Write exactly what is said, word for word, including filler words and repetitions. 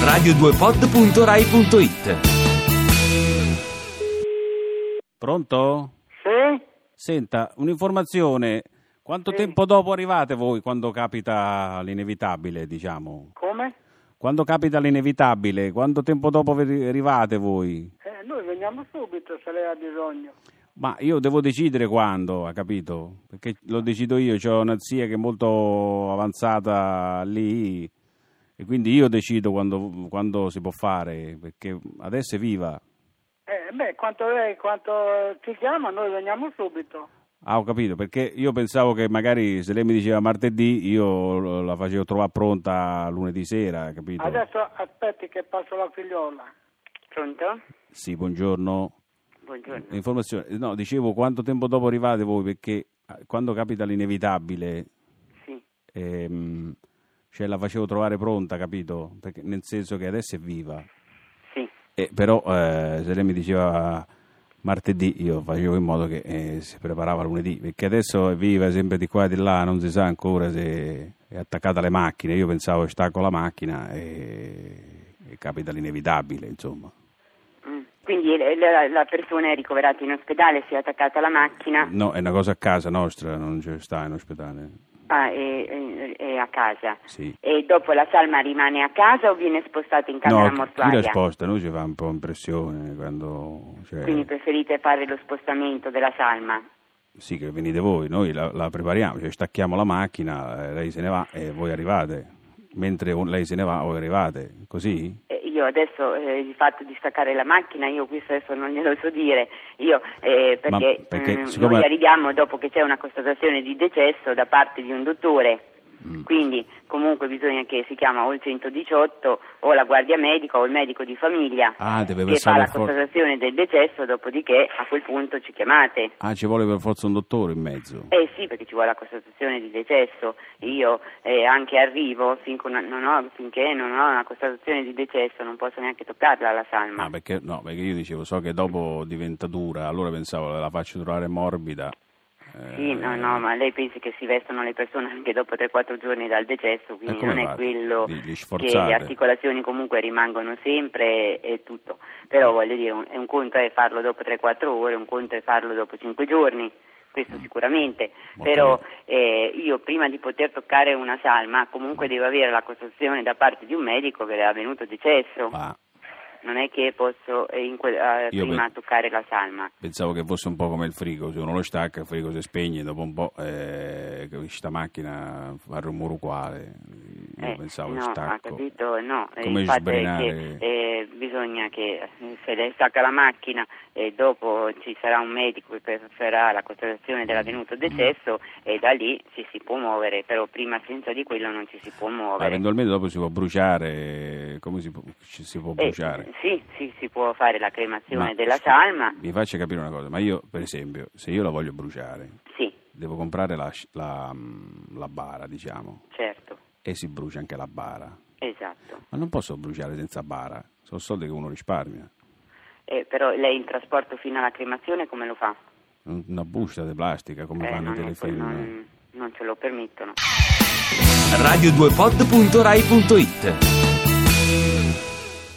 radio due pod punto rai punto it. Pronto? Sì? Senta, un'informazione. Quanto Sì. tempo dopo arrivate voi quando capita l'inevitabile, diciamo? Come? Quando capita l'inevitabile, quanto tempo dopo vi- arrivate voi? Eh, noi veniamo subito se lei ha bisogno. Ma io devo decidere quando, ha capito? Perché lo decido io, ho una zia che è molto avanzata lì e quindi io decido quando, quando si può fare, perché adesso è viva. Eh, beh, quanto lei, quanto ci chiama, noi veniamo subito. Ah, ho capito, perché io pensavo che magari se lei mi diceva martedì io la facevo trovare pronta lunedì sera, capito? Adesso aspetti che passo la figliola. Pronto? Sì, buongiorno. Buongiorno. Informazione, no, dicevo quanto tempo dopo arrivate voi, perché quando capita l'inevitabile, Sì. ehm, cioè la facevo trovare pronta, capito? Perché, nel senso che adesso è viva. Sì. Eh, però eh, se lei mi diceva martedì io facevo in modo che eh, si preparava lunedì, perché adesso è viva sempre di qua e di là, non si sa ancora se è attaccata alle macchine. Io pensavo stacco la macchina e, e capita l'inevitabile, insomma. Mm. Quindi la, la persona è ricoverata in ospedale, si è attaccata alla macchina. No, è una cosa a casa nostra, non c'è sta in ospedale. Ah, è, è- è a casa. Sì. E dopo la salma rimane a casa o viene spostata in camera No, chi mortuaria? la sposta? Noi ci fa un po' impressione quando... Cioè, Quindi preferite fare lo spostamento della salma? sì, che venite voi, noi la, la prepariamo, cioè stacchiamo la macchina, eh, lei se ne va e voi arrivate. Mentre lei se ne va, voi arrivate. Così? Eh, io adesso eh, il fatto di staccare la macchina, io questo adesso non glielo so dire, io eh, perché, Ma perché mm, siccome- noi arriviamo dopo che c'è una constatazione di decesso da parte di un dottore. Mm. Quindi comunque bisogna che si chiama o il centodiciotto o la guardia medica o il medico di famiglia Ah, deve che pensare fa la per for- constatazione del decesso, dopodiché a quel punto ci chiamate. Ah, ci vuole per forza un dottore in mezzo. Eh sì, perché ci vuole la constatazione di decesso. Io eh, anche arrivo finché non non ho, finché non ho una constatazione di decesso non posso neanche toccarla la salma. Ah, perché no, perché io dicevo, so che dopo diventa dura, allora pensavo la faccio trovare morbida. Eh, Sì, no, no, ma lei pensi che si vestono le persone anche dopo tre quattro giorni dal decesso, quindi E come non è fate? quello Li- li che sforzate? le articolazioni comunque rimangono sempre e, e tutto. Però voglio dire, un, un conto è farlo dopo tre quattro ore, un conto è farlo dopo cinque giorni, questo sicuramente. Ok. Però eh, io prima di poter toccare una salma comunque devo avere la constatazione da parte di un medico che le è avvenuto decesso. Ah, Non è che posso eh, in que- eh, Io prima pe- toccare la salma. pensavo che fosse un po' come il frigo, se uno lo stacca il frigo si spegne, dopo un po' eh, questa macchina fa il rumore uguale. Io Eh, pensavo no, stacco. ha capito, no, eh, Come il fatto è sbrinare- che eh, bisogna che eh, se lei stacca la macchina e dopo ci sarà un medico che farà la constatazione dell'avvenuto decesso e da lì ci si può muovere, però prima senza di quello non ci si può Ma muovere. eventualmente dopo si può bruciare, come si può, ci si può Eh, bruciare? sì, sì, si può fare la cremazione Ma- della salma, Mi faccia capire una cosa, ma io per esempio, se io la voglio bruciare, sì, devo comprare la, la, la bara, diciamo, certo, e si brucia anche la bara. esatto. Ma non posso bruciare senza bara, sono soldi che uno risparmia. Eh, però lei il trasporto fino alla cremazione come lo fa? Un- Una busta di plastica, come Eh, fanno i non, è- telefilm. non, non ce lo permettono. radio due pod punto rai punto it.